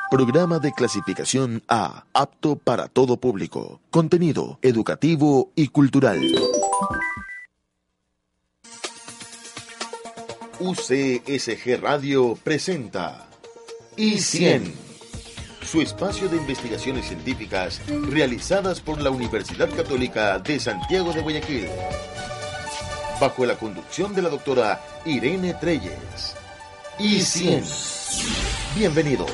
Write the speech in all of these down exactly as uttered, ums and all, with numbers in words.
Programa de clasificación A, apto para todo público. Contenido educativo y cultural. U C S G Radio presenta I cien, su espacio de investigaciones científicas realizadas por la Universidad Católica de Santiago de Guayaquil, bajo la conducción de la doctora Irene Treyes. I cien. Bienvenidos.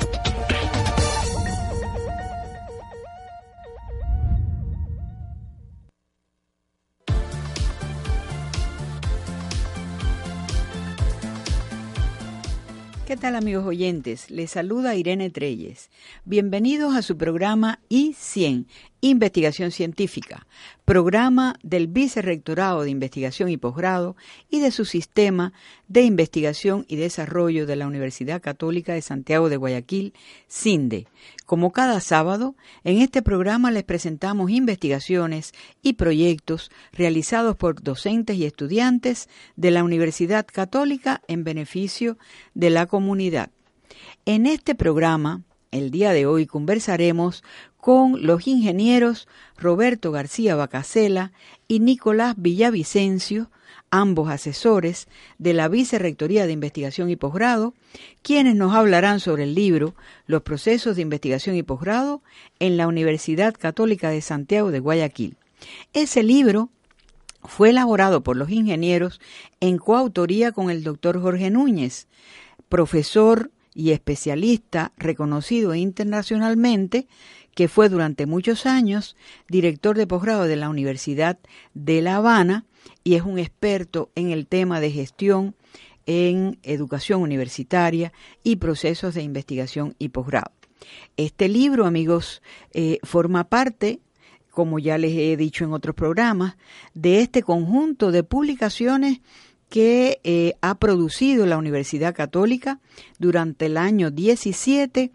¿Qué tal, amigos oyentes? Les saluda Irene Treyes. Bienvenidos a su programa I cien, Investigación Científica, programa del Vicerrectorado de Investigación y Posgrado y de su Sistema de Investigación y Desarrollo de la Universidad Católica de Santiago de Guayaquil, SINDE. Como cada sábado, en este programa les presentamos investigaciones y proyectos realizados por docentes y estudiantes de la Universidad Católica en beneficio de la comunidad. En este programa, el día de hoy, conversaremos con los ingenieros Roberto García Bacasela y Nicolás Villavicencio, ambos asesores de la Vicerrectoría de Investigación y Posgrado, quienes nos hablarán sobre el libro Los procesos de investigación y posgrado en la Universidad Católica de Santiago de Guayaquil. Ese libro fue elaborado por los ingenieros en coautoría con el doctor Jorge Núñez, profesor y especialista reconocido internacionalmente, que fue durante muchos años director de posgrado de la Universidad de La Habana y es un experto en el tema de gestión en educación universitaria y procesos de investigación y posgrado. Este libro, amigos, eh, forma parte, como ya les he dicho en otros programas, de este conjunto de publicaciones que eh, ha producido la Universidad Católica durante el año diecisiete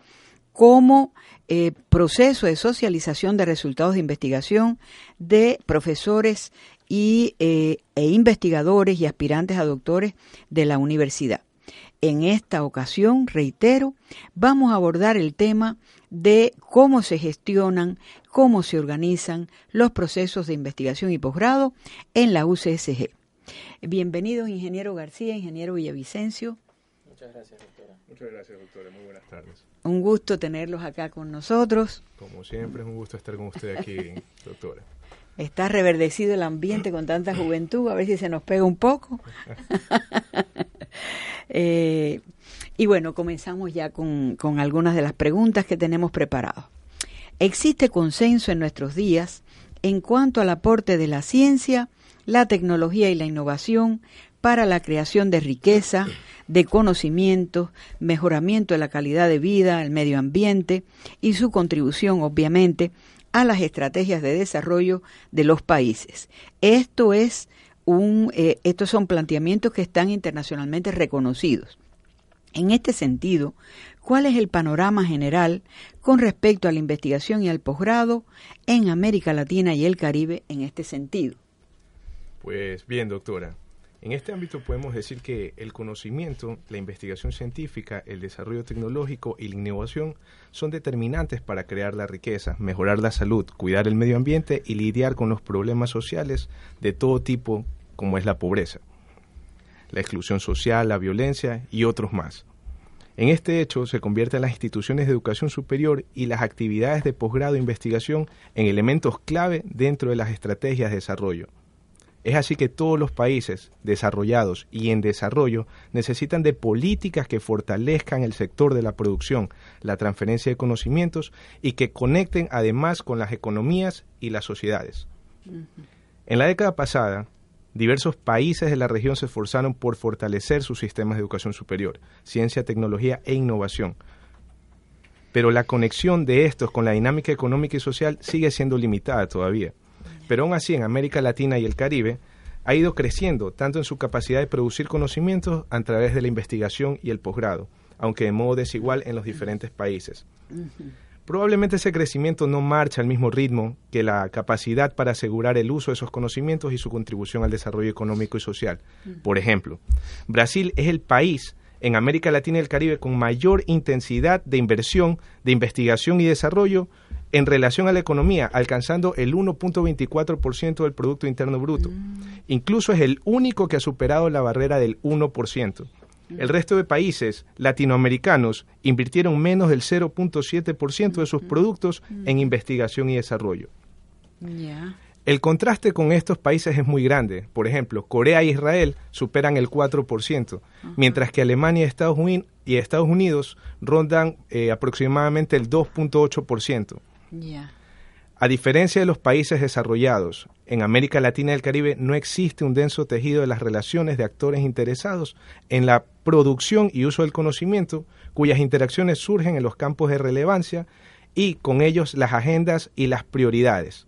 como eh, proceso de socialización de resultados de investigación de profesores y, eh, e investigadores y aspirantes a doctores de la universidad. En esta ocasión, reitero, vamos a abordar el tema de cómo se gestionan, cómo se organizan los procesos de investigación y posgrado en la U C S G. Bienvenidos, ingeniero García, ingeniero Villavicencio. Muchas gracias, doctora. Muchas gracias, doctora. Muy buenas tardes. Un gusto tenerlos acá con nosotros. Como siempre, es un gusto estar con usted aquí, doctora. Está reverdecido el ambiente con tanta juventud, a ver si se nos pega un poco. eh, y bueno, comenzamos ya con, con algunas de las preguntas que tenemos preparadas. ¿Existe consenso en nuestros días en cuanto al aporte de la ciencia, la tecnología y la innovación para la creación de riqueza, de conocimiento, mejoramiento de la calidad de vida, el medio ambiente y su contribución, obviamente, a las estrategias de desarrollo de los países? Esto es un, eh, estos son planteamientos que están internacionalmente reconocidos. En este sentido, ¿cuál es el panorama general con respecto a la investigación y al posgrado en América Latina y el Caribe en este sentido? Pues bien, doctora. En este ámbito podemos decir que el conocimiento, la investigación científica, el desarrollo tecnológico y la innovación son determinantes para crear la riqueza, mejorar la salud, cuidar el medio ambiente y lidiar con los problemas sociales de todo tipo, como es la pobreza, la exclusión social, la violencia y otros más. En este hecho se convierten las instituciones de educación superior y las actividades de posgrado e investigación en elementos clave dentro de las estrategias de desarrollo. Es así que todos los países desarrollados y en desarrollo necesitan de políticas que fortalezcan el sector de la producción, la transferencia de conocimientos y que conecten además con las economías y las sociedades. Uh-huh. En la década pasada, diversos países de la región se esforzaron por fortalecer sus sistemas de educación superior, ciencia, tecnología e innovación. Pero la conexión de estos con la dinámica económica y social sigue siendo limitada todavía. Pero aún así, en América Latina y el Caribe, ha ido creciendo tanto en su capacidad de producir conocimientos a través de la investigación y el posgrado, aunque de modo desigual en los diferentes países. Uh-huh. Probablemente ese crecimiento no marcha al mismo ritmo que la capacidad para asegurar el uso de esos conocimientos y su contribución al desarrollo económico y social. Uh-huh. Por ejemplo, Brasil es el país en América Latina y el Caribe con mayor intensidad de inversión, de investigación y desarrollo en relación a la economía, alcanzando el uno punto veinticuatro por ciento del Producto Interno Bruto. Mm. Incluso es el único que ha superado la barrera del uno por ciento. Mm. El resto de países latinoamericanos invirtieron menos del cero punto siete por ciento de sus mm. productos mm. en investigación y desarrollo. Yeah. El contraste con estos países es muy grande. Por ejemplo, Corea e Israel superan el cuatro por ciento, uh-huh. mientras que Alemania y Estados Unidos, y Estados Unidos rondan eh, aproximadamente el dos punto ocho por ciento. Yeah. A diferencia de los países desarrollados, en América Latina y el Caribe no existe un denso tejido de las relaciones de actores interesados en la producción y uso del conocimiento, cuyas interacciones surgen en los campos de relevancia y con ellos las agendas y las prioridades.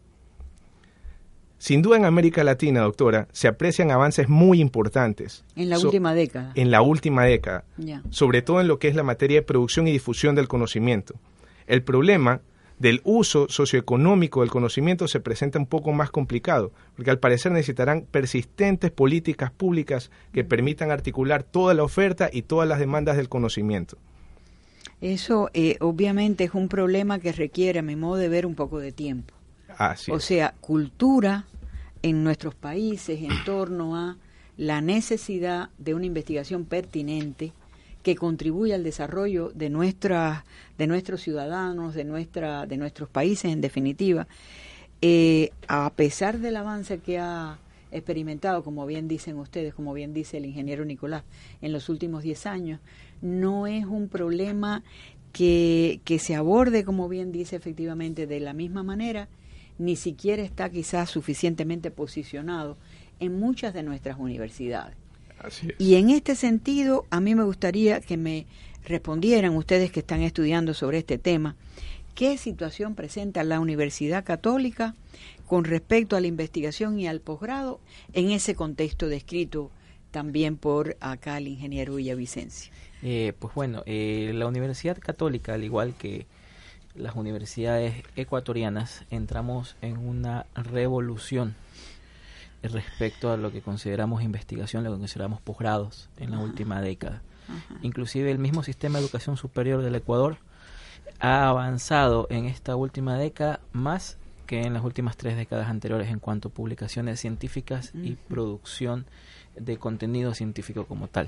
Sin duda en América Latina, doctora, se aprecian avances muy importantes. En la so, última década. En la última década, yeah. sobre todo en lo que es la materia de producción y difusión del conocimiento. El problema del uso socioeconómico del conocimiento se presenta un poco más complicado, porque al parecer necesitarán persistentes políticas públicas que permitan articular toda la oferta y todas las demandas del conocimiento. Eso eh, obviamente es un problema que requiere, a mi modo de ver, un poco de tiempo. Así o es. sea, cultura en nuestros países en torno a la necesidad de una investigación pertinente que contribuya al desarrollo de nuestra, de nuestros ciudadanos, de nuestra, de nuestros países en definitiva, eh, a pesar del avance que ha experimentado, como bien dicen ustedes, como bien dice el ingeniero Nicolás, en los últimos diez años, no es un problema que, que se aborde, como bien dice efectivamente, de la misma manera, ni siquiera está quizás suficientemente posicionado en muchas de nuestras universidades. Así es. Y en este sentido, a mí me gustaría que me respondieran ustedes que están estudiando sobre este tema, ¿qué situación presenta la Universidad Católica con respecto a la investigación y al posgrado en ese contexto descrito también por acá el ingeniero Villavicencio? Eh, pues bueno, eh, la Universidad Católica, al igual que las universidades ecuatorianas, entramos en una revolución respecto a lo que consideramos investigación, lo que consideramos posgrados en la Ajá. última década. Ajá. Inclusive el mismo sistema de educación superior del Ecuador ha avanzado en esta última década más que en las últimas tres décadas anteriores en cuanto a publicaciones científicas uh-huh. y producción de contenido científico como tal.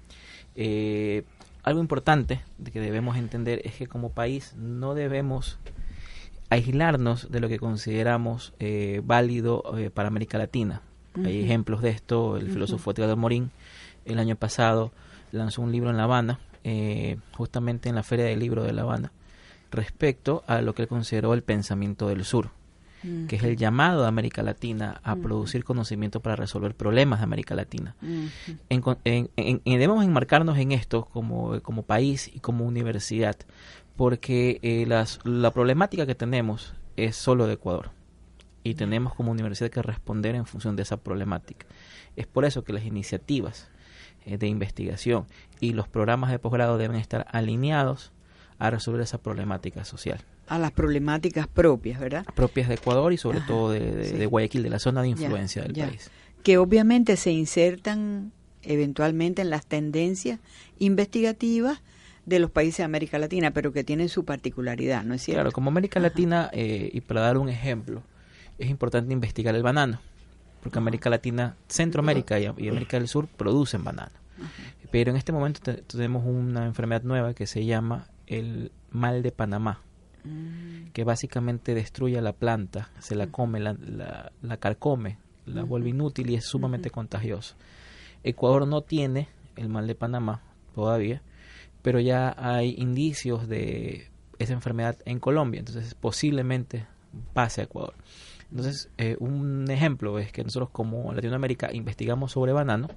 Eh, algo importante de que debemos entender es que como país no debemos aislarnos de lo que consideramos eh, válido eh, para América Latina. Uh-huh. Hay ejemplos de esto. El uh-huh. filósofo Edgar Morin el año pasado lanzó un libro en La Habana, eh, justamente en la Feria del Libro de La Habana, respecto a lo que él consideró el pensamiento del sur, uh-huh. que es el llamado de América Latina a uh-huh. producir conocimiento para resolver problemas de América Latina. Uh-huh. En, en, en, en, debemos enmarcarnos en esto como, como país y como universidad, porque eh, las, la problemática que tenemos es solo de Ecuador y tenemos como universidad que responder en función de esa problemática. Es por eso que las iniciativas eh, de investigación y los programas de posgrado deben estar alineados a resolver esa problemática social. A las problemáticas propias, ¿verdad? Propias de Ecuador y sobre Ajá, todo de, de, sí. de Guayaquil, de la zona de influencia ya, del ya. país. Que obviamente se insertan eventualmente en las tendencias investigativas de los países de América Latina, pero que tienen su particularidad, ¿no es cierto? Claro, como América Ajá. Latina, eh, y para dar un ejemplo, es importante investigar el banano, porque América Latina, Centroamérica y, y América del Sur producen banano. Ajá. Pero en este momento te, tenemos una enfermedad nueva que se llama el mal de Panamá, mm. que básicamente destruye la planta, se la come, la, la, la carcome, la uh-huh. vuelve inútil y es sumamente uh-huh. contagioso. Ecuador no tiene el mal de Panamá todavía, pero ya hay indicios de esa enfermedad en Colombia, entonces posiblemente pase a Ecuador. Entonces, eh, un ejemplo es que nosotros como Latinoamérica investigamos sobre banano,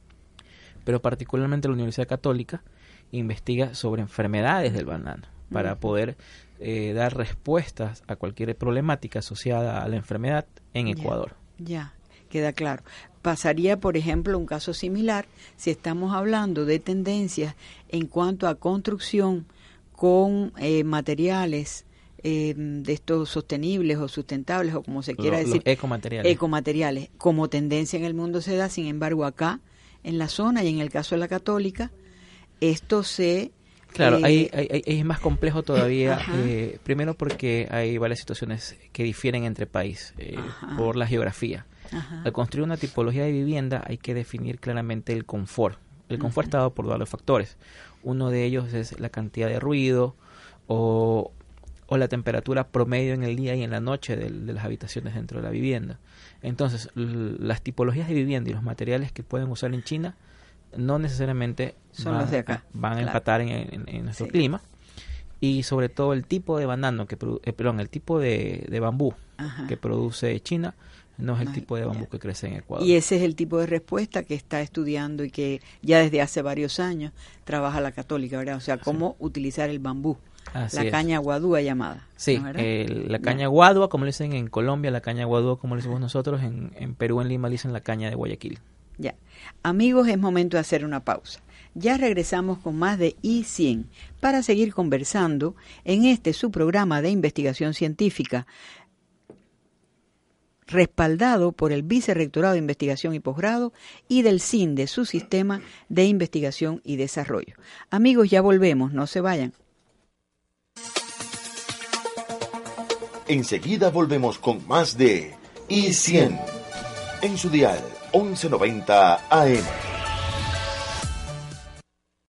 pero particularmente la Universidad Católica investiga sobre enfermedades del banano, para uh-huh. poder eh, dar respuestas a cualquier problemática asociada a la enfermedad en Ecuador. Ya, ya, queda claro. Pasaría, por ejemplo, un caso similar si estamos hablando de tendencias en cuanto a construcción con eh, materiales eh, de estos sostenibles o sustentables o como se quiera Lo, decir. Los ecomateriales. Ecomateriales. Como tendencia en el mundo se da, sin embargo, acá en la zona y en el caso de la Católica, esto se... Claro, eh, ahí, ahí- ahí es más complejo todavía, eh, primero porque hay varias situaciones que difieren entre países eh, Ajá. por la geografía. Ajá. Al construir una tipología de vivienda hay que definir claramente el confort. El confort está dado por varios factores. Uno de ellos es la cantidad de ruido o, o la temperatura promedio en el día y en la noche de, de las habitaciones dentro de la vivienda. Entonces, l- las tipologías de vivienda y los materiales que pueden usar en China no necesariamente Son van, los de acá, a- van a claro. empatar en, en- en nuestro Sí. clima. Y sobre todo el tipo de banano que produ- eh, perdón, el tipo de, de bambú Ajá. que produce China no es el No, tipo de bambú ya. que crece en Ecuador. Y ese es el tipo de respuesta que está estudiando y que ya desde hace varios años trabaja la Católica, ¿verdad? O sea, cómo utilizar el bambú, Así la es. caña guadúa llamada. Sí, ¿no, verdad? el- la Ya. caña guadua, como le dicen en Colombia, la caña guadua, como le decimos nosotros, en, en Perú, en Lima, le dicen la caña de Guayaquil. Ya. Amigos, es momento de hacer una pausa. Ya regresamos con más de I cien para seguir conversando en este su programa de investigación científica respaldado por el Vicerrectorado de Investigación y Posgrado y del C I N D, su Sistema de Investigación y Desarrollo. Amigos, ya volvemos, no se vayan. Enseguida volvemos con más de I cien en su dial once noventa A M.